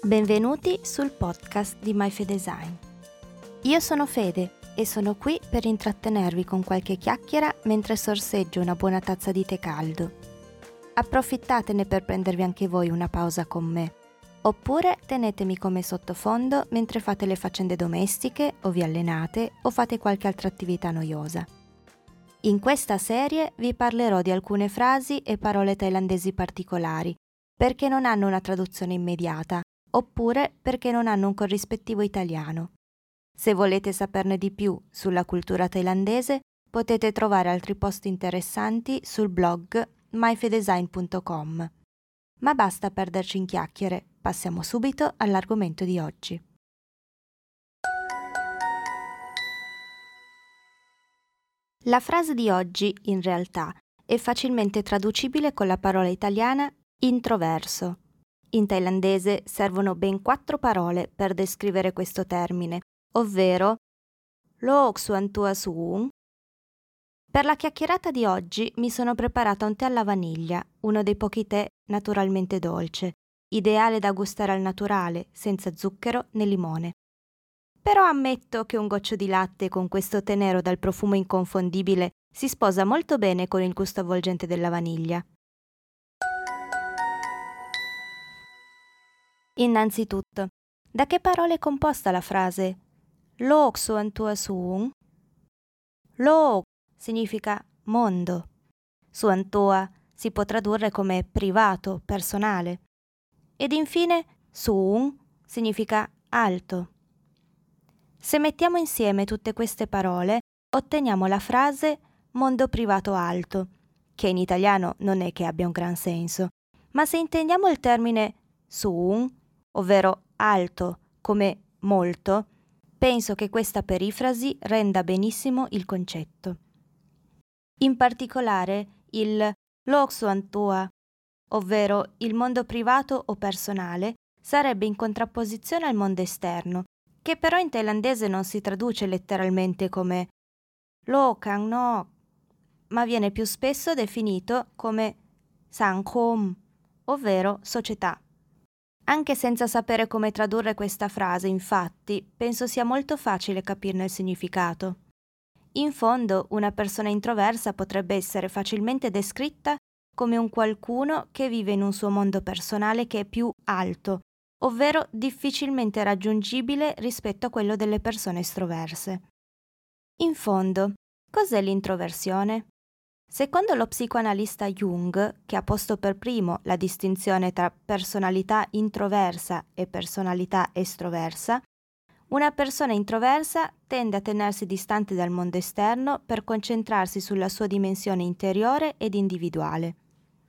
Benvenuti sul podcast di MyFedesign. Io sono Fede e sono qui per intrattenervi con qualche chiacchiera mentre sorseggio una buona tazza di tè caldo. Approfittatene per prendervi anche voi una pausa con me, oppure tenetemi come sottofondo mentre fate le faccende domestiche o vi allenate o fate qualche altra attività noiosa. In questa serie vi parlerò di alcune frasi e parole thailandesi particolari, perché non hanno una traduzione immediata, oppure perché non hanno un corrispettivo italiano. Se volete saperne di più sulla cultura thailandese, potete trovare altri post interessanti sul blog myfedesign.com. Ma basta perderci in chiacchiere, passiamo subito all'argomento di oggi. La frase di oggi, in realtà, è facilmente traducibile con la parola italiana introverso. In thailandese servono ben 4 parole per descrivere questo termine, ovvero Look Suan Tua Suung. Per la chiacchierata di oggi mi sono preparata un tè alla vaniglia, uno dei pochi tè naturalmente dolce, ideale da gustare al naturale, senza zucchero né limone. Però ammetto che un goccio di latte con questo tè nero dal profumo inconfondibile si sposa molto bene con il gusto avvolgente della vaniglia. Innanzitutto, da che parole è composta la frase Lok Suan Tua Suung? Lok significa mondo. Suan Tua si può tradurre come privato, personale. Ed infine Suung significa alto. Se mettiamo insieme tutte queste parole, otteniamo la frase mondo privato alto, che in italiano non è che abbia un gran senso, ma se intendiamo il termine Suung, ovvero alto come molto, penso che questa perifrasi renda benissimo il concetto. In particolare il Lok Suan Tua, ovvero il mondo privato o personale, sarebbe in contrapposizione al mondo esterno, che però in thailandese non si traduce letteralmente come Lokang No, ma viene più spesso definito come Sangkom, ovvero società. Anche senza sapere come tradurre questa frase, infatti, penso sia molto facile capirne il significato. In fondo, una persona introversa potrebbe essere facilmente descritta come un qualcuno che vive in un suo mondo personale che è più alto, ovvero difficilmente raggiungibile rispetto a quello delle persone estroverse. In fondo, cos'è l'introversione? Secondo lo psicoanalista Jung, che ha posto per primo la distinzione tra personalità introversa e personalità estroversa, una persona introversa tende a tenersi distante dal mondo esterno per concentrarsi sulla sua dimensione interiore ed individuale.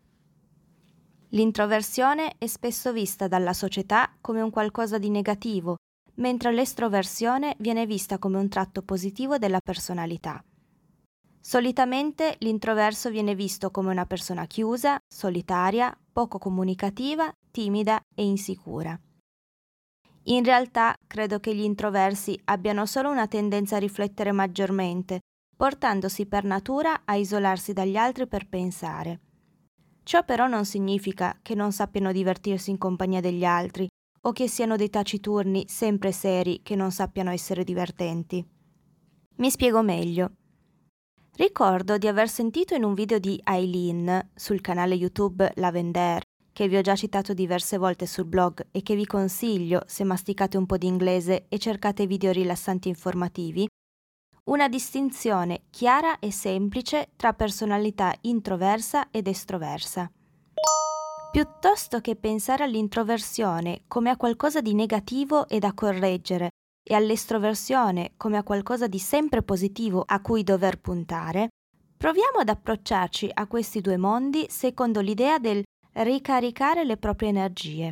L'introversione è spesso vista dalla società come un qualcosa di negativo, mentre l'estroversione viene vista come un tratto positivo della personalità. Solitamente l'introverso viene visto come una persona chiusa, solitaria, poco comunicativa, timida e insicura. In realtà credo che gli introversi abbiano solo una tendenza a riflettere maggiormente, portandosi per natura a isolarsi dagli altri per pensare. Ciò però non significa che non sappiano divertirsi in compagnia degli altri o che siano dei taciturni sempre seri che non sappiano essere divertenti. Mi spiego meglio. Ricordo di aver sentito in un video di Aileen sul canale YouTube Lavender, che vi ho già citato diverse volte sul blog e che vi consiglio se masticate un po' di inglese e cercate video rilassanti e informativi, una distinzione chiara e semplice tra personalità introversa ed estroversa. Piuttosto che pensare all'introversione come a qualcosa di negativo e da correggere e all'estroversione come a qualcosa di sempre positivo a cui dover puntare, proviamo ad approcciarci a questi due mondi secondo l'idea del ricaricare le proprie energie.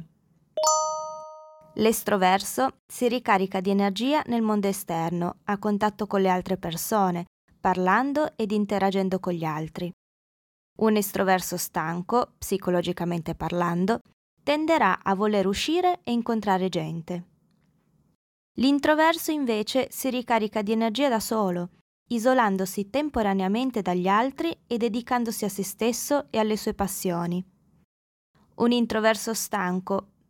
L'estroverso si ricarica di energia nel mondo esterno, a contatto con le altre persone, parlando ed interagendo con gli altri. Un estroverso stanco, psicologicamente parlando, tenderà a voler uscire e incontrare gente. L'introverso invece si ricarica di energia da solo, isolandosi temporaneamente dagli altri e dedicandosi a se stesso e alle sue passioni. Un introverso stanco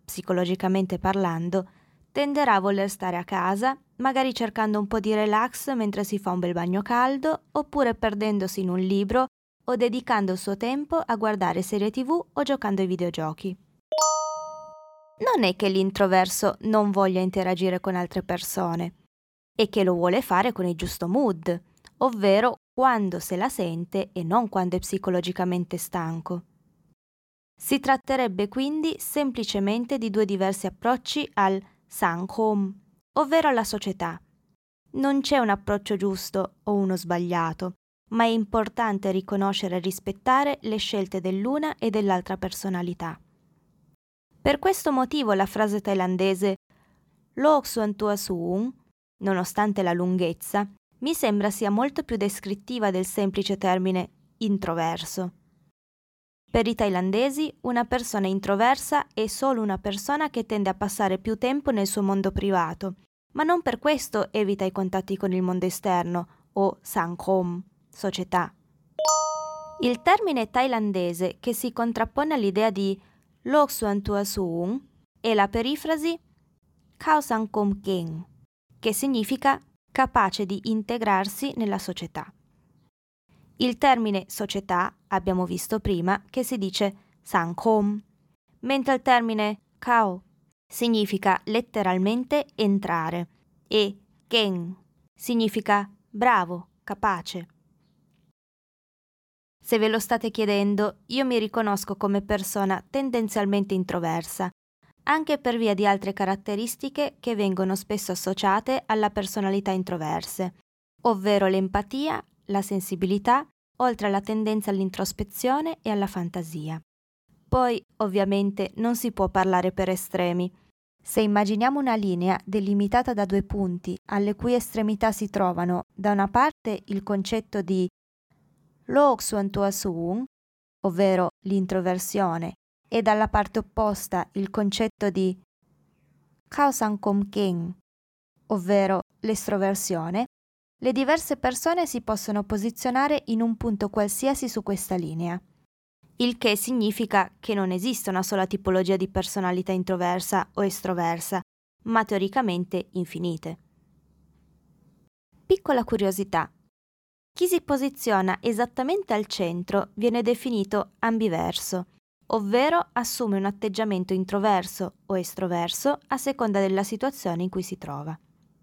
psicologicamente parlando, tenderà a voler stare a casa, magari cercando un po' di relax mentre si fa un bel bagno caldo, oppure perdendosi in un libro o dedicando il suo tempo a guardare serie TV o giocando ai videogiochi. Non è che l'introverso non voglia interagire con altre persone, è che lo vuole fare con il giusto mood, ovvero quando se la sente e non quando è psicologicamente stanco. Si tratterebbe quindi semplicemente di due diversi approcci al Sanghom, ovvero alla società. Non c'è un approccio giusto o uno sbagliato, ma è importante riconoscere e rispettare le scelte dell'una e dell'altra personalità. Per questo motivo la frase thailandese Lok Suan Tua Suung, nonostante la lunghezza, mi sembra sia molto più descrittiva del semplice termine introverso. Per i thailandesi, una persona introversa è solo una persona che tende a passare più tempo nel suo mondo privato, ma non per questo evita i contatti con il mondo esterno o Sanghom, società. Il termine thailandese che si contrappone all'idea di Lok Suan Tua Suung è la perifrasi Khao Sanghom Keng, che significa capace di integrarsi nella società. Il termine società abbiamo visto prima che si dice Sanghom, mentre il termine Khao significa letteralmente entrare e Keng significa bravo, capace. Se ve lo state chiedendo, io mi riconosco come persona tendenzialmente introversa, anche per via di altre caratteristiche che vengono spesso associate alla personalità introverse, ovvero l'empatia, la sensibilità, oltre alla tendenza all'introspezione e alla fantasia. Poi, ovviamente, non si può parlare per estremi. Se immaginiamo una linea delimitata da due punti, alle cui estremità si trovano, da una parte il concetto di Lok Suan Tua Suung, ovvero l'introversione, e dalla parte opposta il concetto di Khao Sanghom Keng, ovvero l'estroversione, le diverse persone si possono posizionare in un punto qualsiasi su questa linea, il che significa che non esiste una sola tipologia di personalità introversa o estroversa, ma teoricamente infinite. Piccola curiosità. Chi si posiziona esattamente al centro viene definito ambiverso, ovvero assume un atteggiamento introverso o estroverso a seconda della situazione in cui si trova.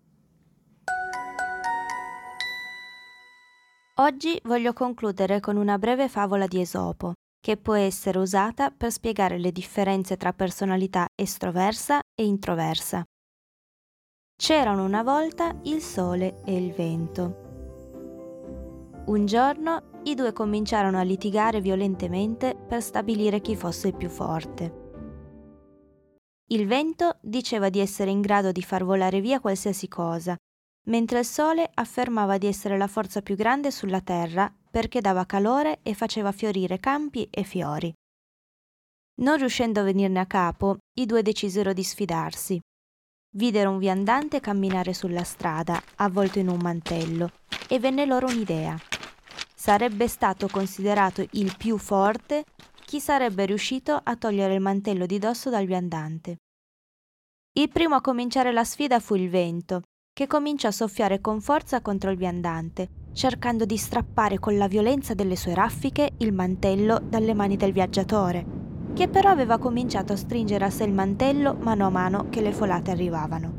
Oggi voglio concludere con una breve favola di Esopo, che può essere usata per spiegare le differenze tra personalità estroversa e introversa. C'erano una volta il sole e il vento. Un giorno i due cominciarono a litigare violentemente per stabilire chi fosse il più forte. Il vento diceva di essere in grado di far volare via qualsiasi cosa, mentre il sole affermava di essere la forza più grande sulla terra perché dava calore e faceva fiorire campi e fiori. Non riuscendo a venirne a capo, i due decisero di sfidarsi. Videro un viandante camminare sulla strada, avvolto in un mantello, e venne loro un'idea. Sarebbe stato considerato il più forte chi sarebbe riuscito a togliere il mantello di dosso dal viandante. Il primo a cominciare la sfida fu il vento, che cominciò a soffiare con forza contro il viandante, cercando di strappare con la violenza delle sue raffiche il mantello dalle mani del viaggiatore, che però aveva cominciato a stringere a sé il mantello mano a mano che le folate arrivavano.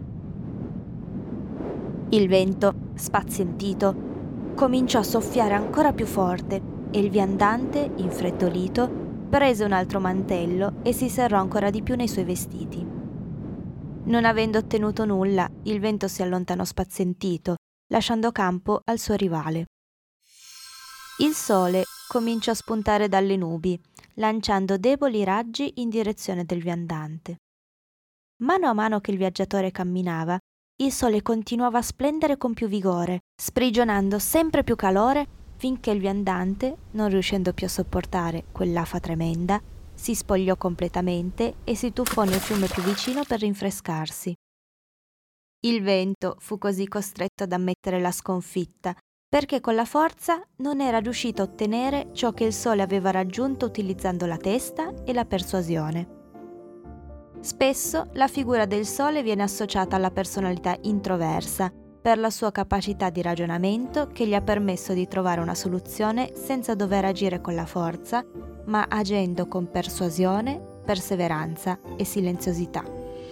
Il vento, spazientito, cominciò a soffiare ancora più forte e il viandante, infreddolito, prese un altro mantello e si serrò ancora di più nei suoi vestiti. Non avendo ottenuto nulla, il vento si allontanò spazientito, lasciando campo al suo rivale. Il sole cominciò a spuntare dalle nubi, lanciando deboli raggi in direzione del viandante. Mano a mano che il viaggiatore camminava, il sole continuava a splendere con più vigore, sprigionando sempre più calore finché il viandante, non riuscendo più a sopportare quell'afa tremenda, si spogliò completamente e si tuffò nel fiume più vicino per rinfrescarsi. Il vento fu così costretto ad ammettere la sconfitta, perché con la forza non era riuscito a ottenere ciò che il sole aveva raggiunto utilizzando la testa e la persuasione. Spesso la figura del Sole viene associata alla personalità introversa, per la sua capacità di ragionamento che gli ha permesso di trovare una soluzione senza dover agire con la forza, ma agendo con persuasione, perseveranza e silenziosità.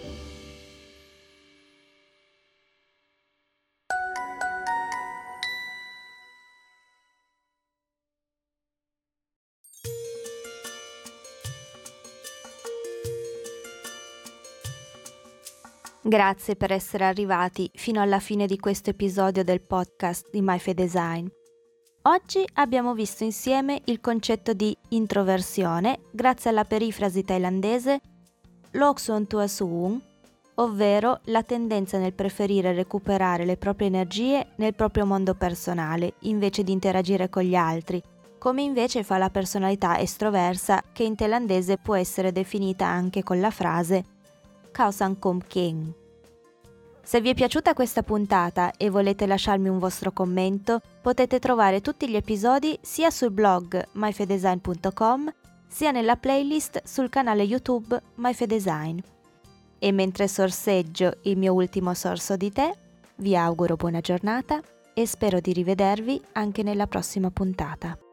Grazie per essere arrivati fino alla fine di questo episodio del podcast di MyFeDesign. Oggi abbiamo visto insieme il concetto di introversione grazie alla perifrasi thailandese Lok Suan Tua Suung, ovvero la tendenza nel preferire recuperare le proprie energie nel proprio mondo personale invece di interagire con gli altri, come invece fa la personalità estroversa che in thailandese può essere definita anche con la frase Khao Sang Kom Keng. Se vi è piaciuta questa puntata e volete lasciarmi un vostro commento, potete trovare tutti gli episodi sia sul blog myfedesign.com sia nella playlist sul canale YouTube MyFeDesign. E mentre sorseggio il mio ultimo sorso di tè, vi auguro buona giornata e spero di rivedervi anche nella prossima puntata.